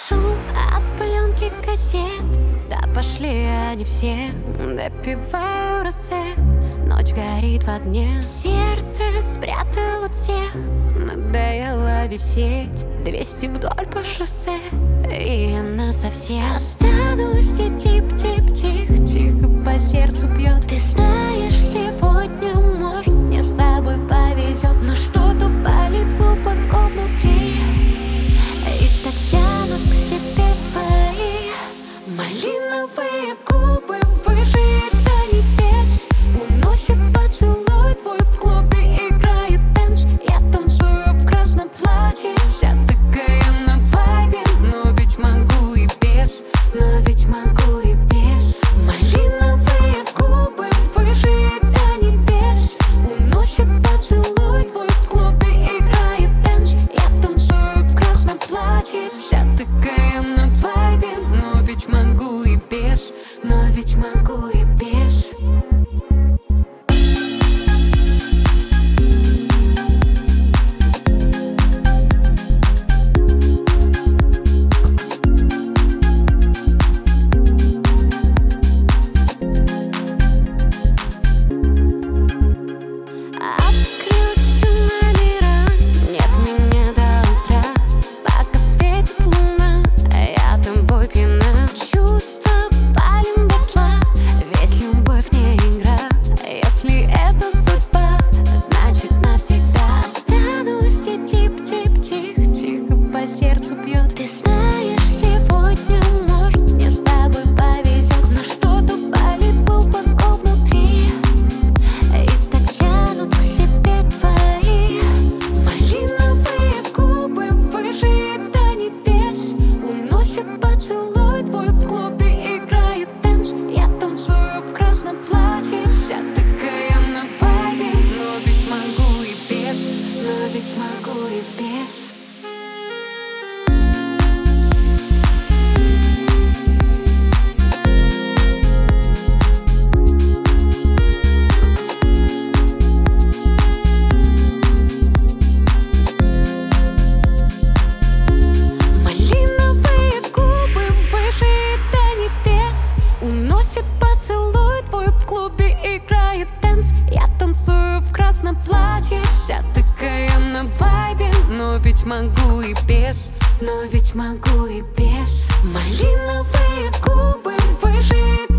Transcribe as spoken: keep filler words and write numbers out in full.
Шум от пленки кассет, да пошли они все. Допиваю росе, ночь горит в огне. Сердце спрятало тех, надоело висеть. Двести вдоль по шоссе, и я насовсем останусь. Тип-тип-тип, тихо по сердцу бьет. Ты знаешь, сегодня, может, мне с тобой повезет, но что-то болит глубоко внутри, и так тянут к себе твои малиновые губы. Выжигают до небес, уносят поцелуй твой. В клубе играет дэнс, я танцую в красном платье, вся такая на вайбе. Но ведь могу и без, но ведь могу и без. Малиновые губы выжигают до небес, уносят поцелуй твой. В клубе играет дэнс, я танцую в красном платье, вся такая на вайбе. Но ведь могу и без, но ведь могу и без. Отключу номера, нет меня до утра, пока светит луна, я тобой пьяна. Чувства палим дотла, ведь любовь не игра. Если это судьба, значит навсегда останусь. Тип-тип-тих, тихо по сердцу бьет. Ты знаешь, сегодня, может, мне с тобой повезет, но что-то болит глубоко внутри, и так тянут к себе твои малиновые губы. Выжигают до небес, уносят поцелуй твой. В клубе играет дэнс, я танцую в красном платье, вся такая на вайбе. Но ведь могу и без, но ведь могу и без. Малиновые губы выжигают до небес, уносят поцелуй твой. В клубе играет дэнс, я танцую в красном платье, вся такая на вайбе. Но ведь могу и без, но ведь могу и без. Малиновые губы выжигают